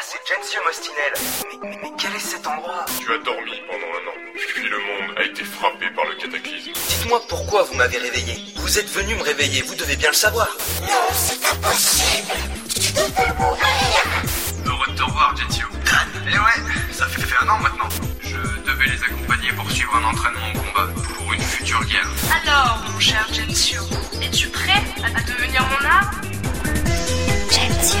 c'est Gensio Mostinel. Mais quel est cet endroit? Tu as dormi pendant 1 an, puis le monde a été frappé par le cataclysme. Dites-moi pourquoi vous m'avez réveillé. Vous êtes venu me réveiller, vous devez bien le savoir. Non, c'est impossible. Tu devais mourir. Heureux de te revoir, Gensio. Eh ouais, ça fait 1 an maintenant. Je devais les accompagner pour suivre un entraînement au combat pour une future guerre. Alors, mon cher Gensio, es-tu prêt à devenir mon arme? Gensio,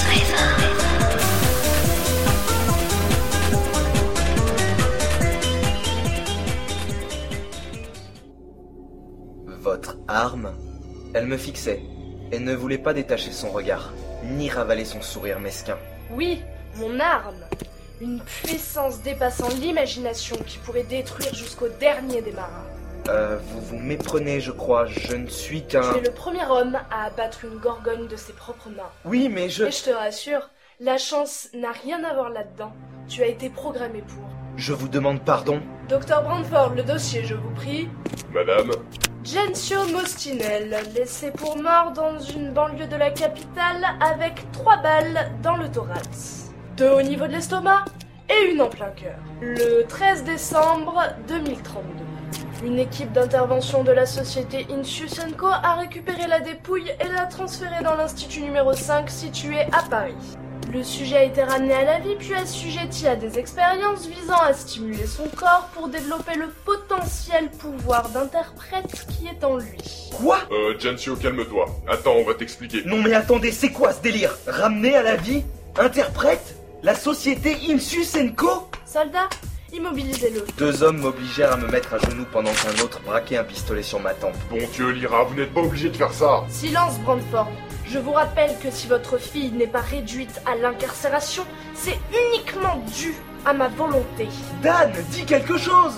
Votre arme? Elle me fixait, et ne voulait pas détacher son regard, ni ravaler son sourire mesquin. Oui, mon arme. Une puissance dépassant l'imagination qui pourrait détruire jusqu'au dernier des marins. Vous vous méprenez, je crois, je ne suis qu'un... Tu es le premier homme à abattre une gorgone de ses propres mains. Oui, mais je... Et je te rassure, la chance n'a rien à voir là-dedans. Tu as été programmé pour. Je vous demande pardon. Docteur Brandford, le dossier, je vous prie. Madame, Gensio Mostinel, laissé pour mort dans une banlieue de la capitale avec 3 balles dans le thorax, 2 au niveau de l'estomac et une en plein cœur. Le 13 décembre 2032, une équipe d'intervention de la société Insius & Co a récupéré la dépouille et l'a transférée dans l'institut numéro 5 situé à Paris. Le sujet a été ramené à la vie puis assujetti à des expériences visant à stimuler son corps pour développer le potentiel pouvoir d'interprète qui est en lui. Quoi? Gensio, calme-toi. Attends, on va t'expliquer. Non mais attendez, c'est quoi ce délire? Ramener à la vie? Interprète? La société Insius & Co? Soldat, immobilisez-le. 2 hommes m'obligèrent à me mettre à genoux pendant qu'un autre braquait un pistolet sur ma tempe. Bon Dieu, Lyra, vous n'êtes pas obligé de faire ça. Silence, Brandford. Je vous rappelle que si votre fille n'est pas réduite à l'incarcération, c'est uniquement dû à ma volonté. Dan, dis quelque chose!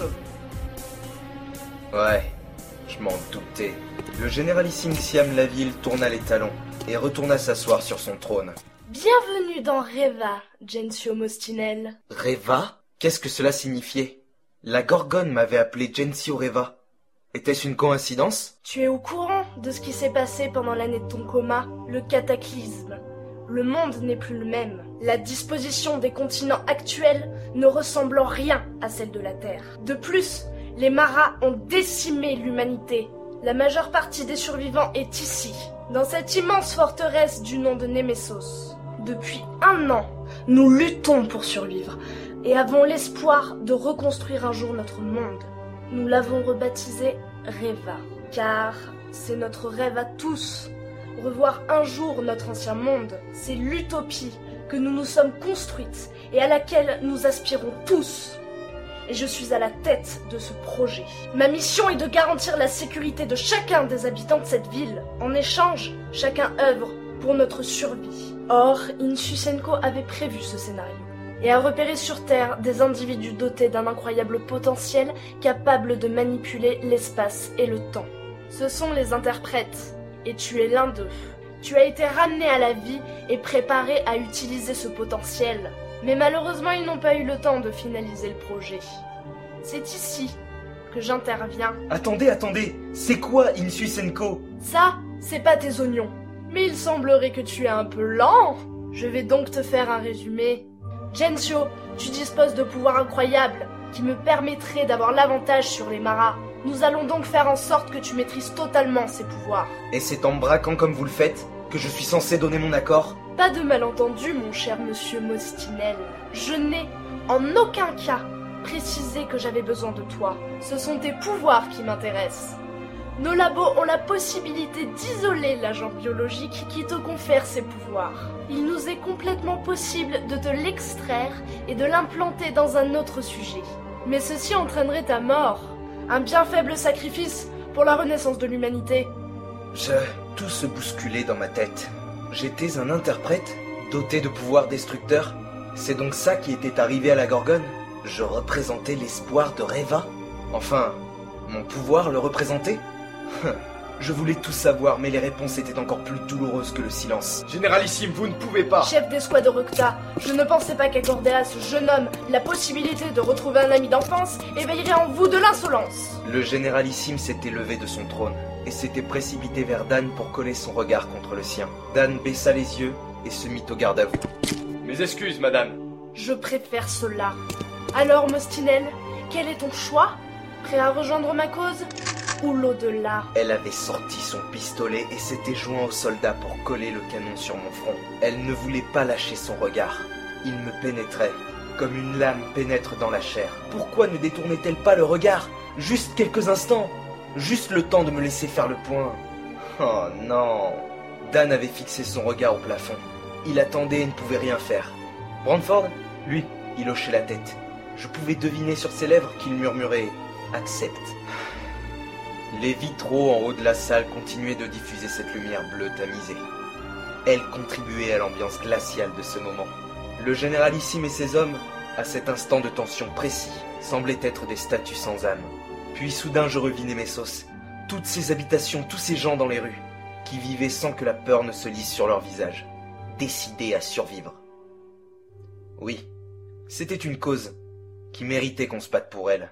Ouais, je m'en doutais. Le généralissime Siam Laville tourna les talons et retourna s'asseoir sur son trône. Bienvenue dans Reva, Gensio Mostinel. Reva? Qu'est-ce que cela signifiait? La Gorgone m'avait appelé Gensio Reva. Était-ce une coïncidence? Tu es au courant de ce qui s'est passé pendant l'année de ton coma, le cataclysme. Le monde n'est plus le même. La disposition des continents actuels ne ressemble en rien à celle de la Terre. De plus, les Maras ont décimé l'humanité. La majeure partie des survivants est ici, dans cette immense forteresse du nom de Nemesos. Depuis 1 an, nous luttons pour survivre et avons l'espoir de reconstruire un jour notre monde. Nous l'avons rebaptisé Reva, car c'est notre rêve à tous. Revoir un jour notre ancien monde, c'est l'utopie que nous nous sommes construites et à laquelle nous aspirons tous. Et je suis à la tête de ce projet. Ma mission est de garantir la sécurité de chacun des habitants de cette ville. En échange, chacun œuvre pour notre survie. Or, Insius & Co avait prévu ce scénario et a repéré sur Terre des individus dotés d'un incroyable potentiel capables de manipuler l'espace et le temps. Ce sont les interprètes, et tu es l'un d'eux. Tu as été ramené à la vie et préparé à utiliser ce potentiel. Mais malheureusement, ils n'ont pas eu le temps de finaliser le projet. C'est ici que j'interviens. Attendez, c'est quoi Insius & Co? Ça, c'est pas tes oignons. Mais il semblerait que tu es un peu lent. Je vais donc te faire un résumé. Gensio, tu disposes de pouvoirs incroyables qui me permettraient d'avoir l'avantage sur les Maras. Nous allons donc faire en sorte que tu maîtrises totalement ces pouvoirs. Et c'est en me braquant comme vous le faites que je suis censé donner mon accord? Pas de malentendu, mon cher monsieur Mostinel. Je n'ai en aucun cas précisé que j'avais besoin de toi. Ce sont tes pouvoirs qui m'intéressent. Nos labos ont la possibilité d'isoler l'agent biologique qui te confère ces pouvoirs. Il nous est complètement possible de te l'extraire et de l'implanter dans un autre sujet. Mais ceci entraînerait ta mort. Un bien faible sacrifice pour la renaissance de l'humanité. Tout se bousculait dans ma tête. J'étais un interprète, doté de pouvoirs destructeurs. C'est donc ça qui était arrivé à la Gorgone? Je représentais l'espoir de Reva? Enfin, mon pouvoir le représentait? Je voulais tout savoir, mais les réponses étaient encore plus douloureuses que le silence. Généralissime, vous ne pouvez pas. Chef d'escouade Rukta, je ne pensais pas qu'accorder à ce jeune homme la possibilité de retrouver un ami d'enfance éveillerait en vous de l'insolence. Le généralissime s'était levé de son trône et s'était précipité vers Dan pour coller son regard contre le sien. Dan baissa les yeux et se mit au garde à vous. Mais Mes excuses, madame. Je préfère cela. Alors, Mostinel, quel est ton choix? Prêt à rejoindre ma cause? Ou l'au-delà? Elle avait sorti son pistolet et s'était joint au soldat pour coller le canon sur mon front. Elle ne voulait pas lâcher son regard. Il me pénétrait, comme une lame pénètre dans la chair. Pourquoi ne détournait-elle pas le regard? Juste quelques instants. Juste le temps de me laisser faire le point. Oh non. Dan avait fixé son regard au plafond. Il attendait et ne pouvait rien faire. Brandford, lui, il hochait la tête. Je pouvais deviner sur ses lèvres qu'il murmurait « Accepte ». Les vitraux en haut de la salle continuaient de diffuser cette lumière bleue tamisée. Elle contribuait à l'ambiance glaciale de ce moment. Le généralissime et ses hommes, à cet instant de tension précis, semblaient être des statues sans âme. Puis soudain je revinais mes sauces. Toutes ces habitations, tous ces gens dans les rues, qui vivaient sans que la peur ne se lise sur leur visage, décidés à survivre. Oui, c'était une cause qui méritait qu'on se batte pour elle.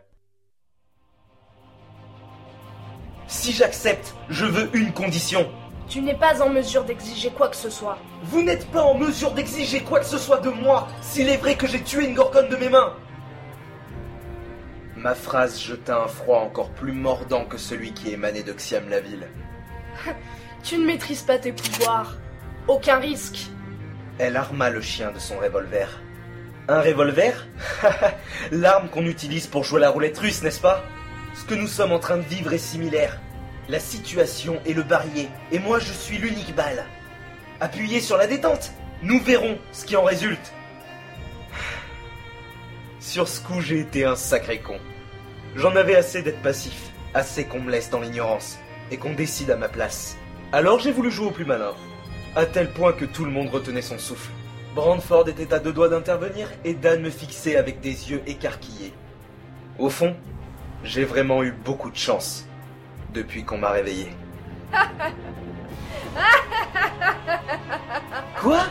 Si j'accepte, je veux une condition. Tu n'es pas en mesure d'exiger quoi que ce soit. Vous n'êtes pas en mesure d'exiger quoi que ce soit de moi, s'il est vrai que j'ai tué une gorgone de mes mains. Ma phrase jeta un froid encore plus mordant que celui qui émanait de Xiam la ville. Tu ne maîtrises pas tes pouvoirs. Aucun risque. Elle arma le chien de son revolver. Un revolver? L'arme qu'on utilise pour jouer la roulette russe, n'est-ce pas? Ce que nous sommes en train de vivre est similaire. La situation est le barillet, et moi je suis l'unique balle. Appuyez sur la détente, nous verrons ce qui en résulte. Sur ce coup, j'ai été un sacré con. J'en avais assez d'être passif, assez qu'on me laisse dans l'ignorance, et qu'on décide à ma place. Alors j'ai voulu jouer au plus malin, à tel point que tout le monde retenait son souffle. Brandford était à 2 doigts d'intervenir, et Dan me fixait avec des yeux écarquillés. Au fond, j'ai vraiment eu beaucoup de chance depuis qu'on m'a réveillé. Quoi?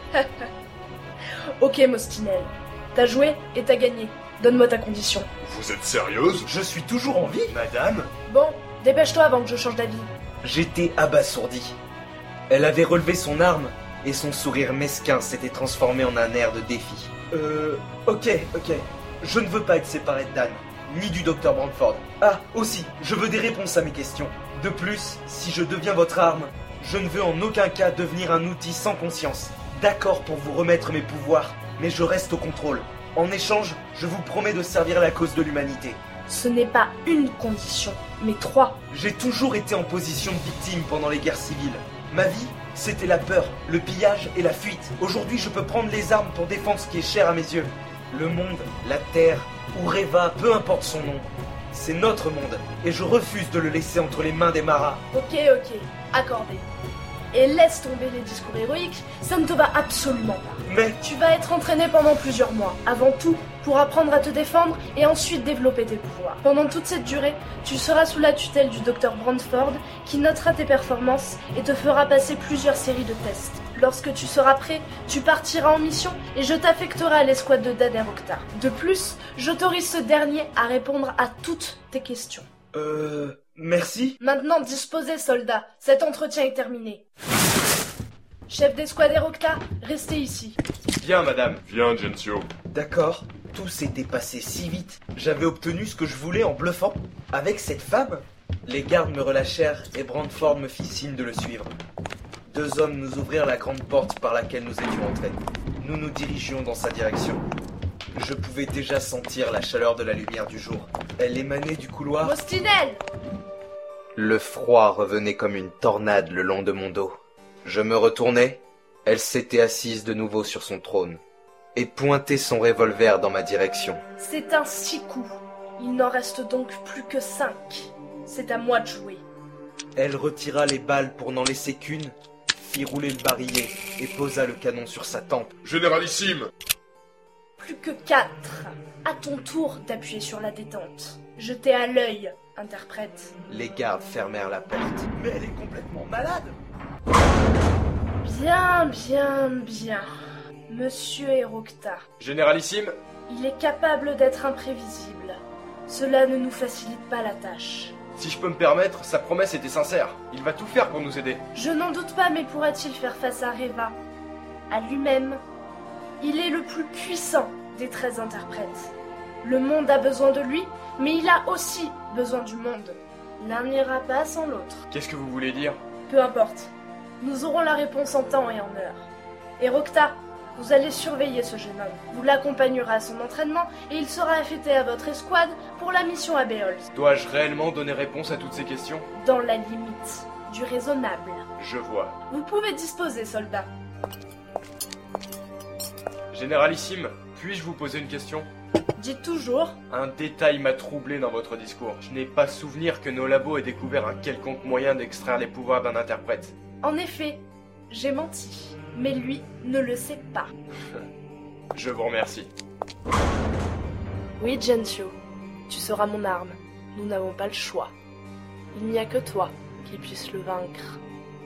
Ok, Mostinel. T'as joué et t'as gagné. Donne-moi ta condition. Vous êtes sérieuse? Je suis toujours en vie, madame. Bon, dépêche-toi avant que je change d'avis. J'étais abasourdi. Elle avait relevé son arme et son sourire mesquin s'était transformé en un air de défi. Ok. Je ne veux pas être séparé de Dan, ni du docteur Brandford. Ah, aussi, je veux des réponses à mes questions. De plus, si je deviens votre arme, je ne veux en aucun cas devenir un outil sans conscience. D'accord pour vous remettre mes pouvoirs, mais je reste au contrôle. En échange, je vous promets de servir la cause de l'humanité. Ce n'est pas une condition, mais 3. J'ai toujours été en position de victime pendant les guerres civiles. Ma vie, c'était la peur, le pillage et la fuite. Aujourd'hui, je peux prendre les armes pour défendre ce qui est cher à mes yeux. Le monde, la terre, ou Reva, peu importe son nom. C'est notre monde, et je refuse de le laisser entre les mains des maras. Ok, accordé. Et laisse tomber les discours héroïques, ça ne te va absolument pas. Mais tu vas être entraîné pendant plusieurs mois, avant tout pour apprendre à te défendre et ensuite développer tes pouvoirs. Pendant toute cette durée, tu seras sous la tutelle du docteur Brandford qui notera tes performances et te fera passer plusieurs séries de tests. Lorsque tu seras prêt, tu partiras en mission et je t'affecterai à l'escouade de Dan et Rokta. De plus, j'autorise ce dernier à répondre à toutes tes questions. Merci. Maintenant, disposez, soldats. Cet entretien est terminé. Chef d'escouade et Rokta, restez ici. Bien, madame. Viens, Gensio. D'accord. Tout s'était passé si vite. J'avais obtenu ce que je voulais en bluffant. Avec cette femme? Les gardes me relâchèrent et Brandford me fit signe de le suivre. 2 hommes nous ouvrirent la grande porte par laquelle nous étions entrés. Nous nous dirigions dans sa direction. Je pouvais déjà sentir la chaleur de la lumière du jour. Elle émanait du couloir. Mostinel! Le froid revenait comme une tornade le long de mon dos. Je me retournai. Elle s'était assise de nouveau sur son trône et pointait son revolver dans ma direction. C'est un 6 coups. Il n'en reste donc plus que 5. C'est à moi de jouer. Elle retira les balles pour n'en laisser qu'une, fit rouler le barillet et posa le canon sur sa tempe. Généralissime! Plus que 4. À ton tour d'appuyer sur la détente. Je t'ai à l'œil, interprète. Les gardes fermèrent la porte. Mais elle est complètement malade! Bien. Monsieur Erokta. Généralissime? Il est capable d'être imprévisible. Cela ne nous facilite pas la tâche. Si je peux me permettre, sa promesse était sincère. Il va tout faire pour nous aider. Je n'en doute pas, mais pourra-t-il faire face à Reva? À lui-même? Il est le plus puissant des 13 interprètes. Le monde a besoin de lui, mais il a aussi besoin du monde. L'un n'ira pas sans l'autre. Qu'est-ce que vous voulez dire? Peu importe. Nous aurons la réponse en temps et en heure. Et Rokta, vous allez surveiller ce jeune homme. Vous l'accompagnerez à son entraînement et il sera affecté à votre escouade pour la mission à Beholz. Dois-je réellement donner réponse à toutes ces questions? Dans la limite du raisonnable. Je vois. Vous pouvez disposer, soldat. Généralissime, puis-je vous poser une question? Dites toujours. Un détail m'a troublé dans votre discours. Je n'ai pas souvenir que nos labos aient découvert un quelconque moyen d'extraire les pouvoirs d'un interprète. En effet, j'ai menti. Mais lui ne le sait pas. Je vous remercie. Oui, Gensio, tu seras mon arme. Nous n'avons pas le choix. Il n'y a que toi qui puisse le vaincre.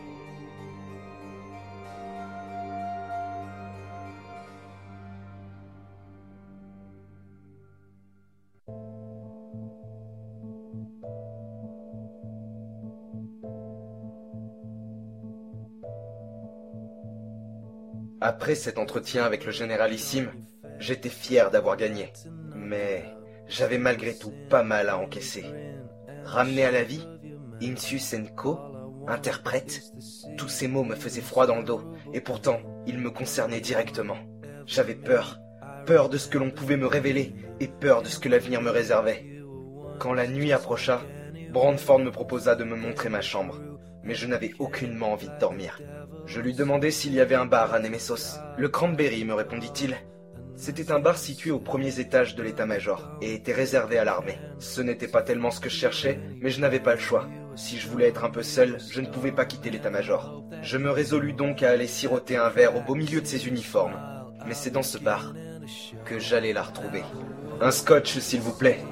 Après cet entretien avec le généralissime, j'étais fier d'avoir gagné. Mais j'avais malgré tout pas mal à encaisser. Ramené à la vie, Insu Senko, interprète, tous ces mots me faisaient froid dans le dos, et pourtant, ils me concernaient directement. J'avais peur de ce que l'on pouvait me révéler, et peur de ce que l'avenir me réservait. Quand la nuit approcha, Brandford me proposa de me montrer ma chambre, mais je n'avais aucunement envie de dormir. Je lui demandai s'il y avait un bar à Nemesos. Le Cranberry, me répondit-il. C'était un bar situé aux premiers étages de l'état-major et était réservé à l'armée. Ce n'était pas tellement ce que je cherchais, mais je n'avais pas le choix. Si je voulais être un peu seul, je ne pouvais pas quitter l'état-major. Je me résolus donc à aller siroter un verre au beau milieu de ses uniformes. Mais c'est dans ce bar que j'allais la retrouver. Un scotch, s'il vous plaît.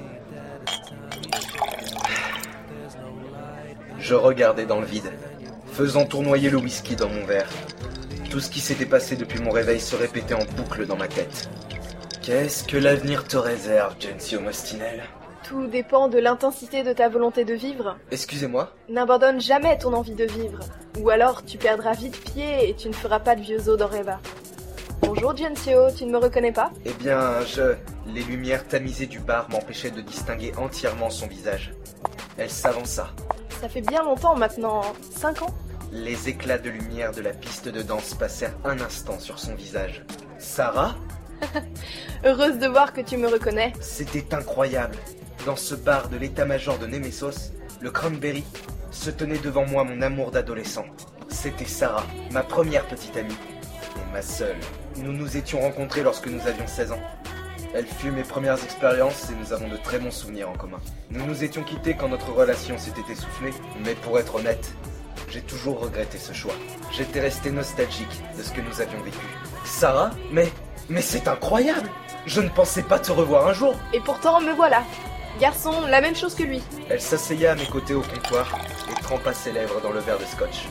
Je regardais dans le vide, faisant tournoyer le whisky dans mon verre. Tout ce qui s'était passé depuis mon réveil se répétait en boucle dans ma tête. Qu'est-ce que l'avenir te réserve, Gensio Mostinel? Tout dépend de l'intensité de ta volonté de vivre. Excusez-moi? N'abandonne jamais ton envie de vivre. Ou alors tu perdras vite pied et tu ne feras pas de vieux os dans Reva. Bonjour Gensio, tu ne me reconnais pas? Eh bien, Les lumières tamisées du bar m'empêchaient de distinguer entièrement son visage. Elle s'avança. Ça fait bien longtemps maintenant, 5 ans? Les éclats de lumière de la piste de danse passèrent un instant sur son visage. Sarah? Heureuse de voir que tu me reconnais. C'était incroyable. Dans ce bar de l'état-major de Nemesos, le Cranberry, se tenait devant moi mon amour d'adolescent. C'était Sarah, ma première petite amie. Et ma seule. Nous nous étions rencontrés lorsque nous avions 16 ans. Elle fut mes premières expériences et nous avons de très bons souvenirs en commun. Nous nous étions quittés quand notre relation s'était essoufflée, mais pour être honnête, j'ai toujours regretté ce choix. J'étais resté nostalgique de ce que nous avions vécu. Sarah? Mais c'est incroyable! Je ne pensais pas te revoir un jour! Et pourtant, me voilà. Garçon, la même chose que lui. Elle s'asseya à mes côtés au comptoir et trempa ses lèvres dans le verre de scotch.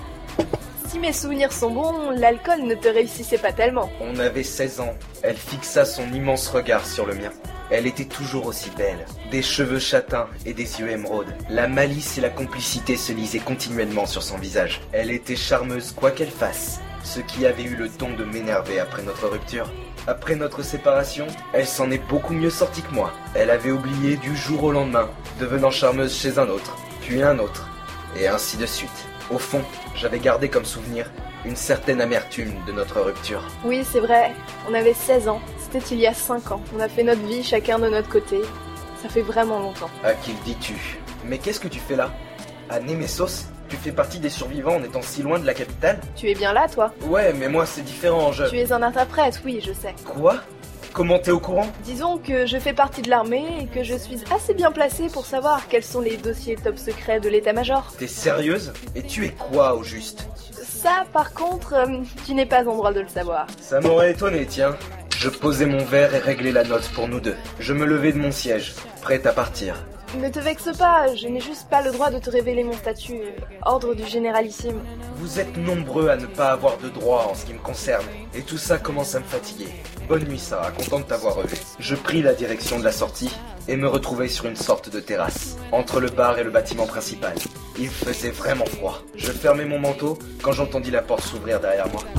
Si mes souvenirs sont bons, l'alcool ne te réussissait pas tellement. On avait 16 ans. Elle fixa son immense regard sur le mien. Elle était toujours aussi belle. Des cheveux châtains et des yeux émeraudes. La malice et la complicité se lisaient continuellement sur son visage. Elle était charmeuse quoi qu'elle fasse, ce qui avait eu le don de m'énerver après notre rupture. Après notre séparation, elle s'en est beaucoup mieux sortie que moi. Elle avait oublié du jour au lendemain, devenant charmeuse chez un autre, puis un autre, et ainsi de suite. Au fond, j'avais gardé comme souvenir une certaine amertume de notre rupture. Oui, c'est vrai, on avait 16 ans. C'était il y a 5 ans. On a fait notre vie chacun de notre côté. Ça fait vraiment longtemps. À qui le dis-tu? Mais qu'est-ce que tu fais là? À Nemesos? Tu fais partie des survivants en étant si loin de la capitale? Tu es bien là, toi? Ouais, mais moi c'est différent, Tu es un interprète, oui, je sais. Quoi? Comment t'es au courant? Disons que je fais partie de l'armée et que je suis assez bien placée pour savoir quels sont les dossiers top secrets de l'état-major. T'es sérieuse? Et tu es quoi, au juste? Ça, par contre, tu n'es pas en droit de le savoir. Ça m'aurait étonné, tiens. Je posais mon verre et réglais la note pour nous deux. Je me levais de mon siège, prête à partir. Ne te vexe pas, je n'ai juste pas le droit de te révéler mon statut. Ordre du généralissime. Vous êtes nombreux à ne pas avoir de droit en ce qui me concerne. Et tout ça commence à me fatiguer. Bonne nuit, Sarah, content de t'avoir revu. Je pris la direction de la sortie et me retrouvai sur une sorte de terrasse, entre le bar et le bâtiment principal. Il faisait vraiment froid. Je fermai mon manteau quand j'entendis la porte s'ouvrir derrière moi.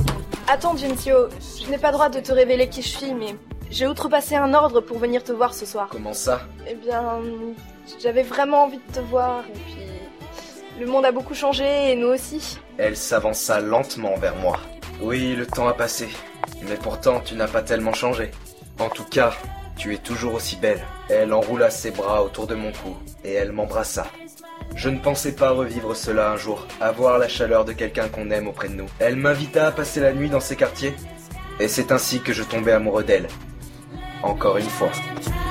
Attends, Gensio, je n'ai pas droit de te révéler qui je suis, mais j'ai outrepassé un ordre pour venir te voir ce soir. Comment ça? Eh bien, j'avais vraiment envie de te voir, et puis... Le monde a beaucoup changé, et nous aussi. Elle s'avança lentement vers moi. Oui, le temps a passé. Mais pourtant, tu n'as pas tellement changé. En tout cas, tu es toujours aussi belle. Elle enroula ses bras autour de mon cou, et elle m'embrassa. Je ne pensais pas revivre cela un jour, avoir la chaleur de quelqu'un qu'on aime auprès de nous. Elle m'invita à passer la nuit dans ses quartiers, et c'est ainsi que je tombais amoureux d'elle. Encore une fois.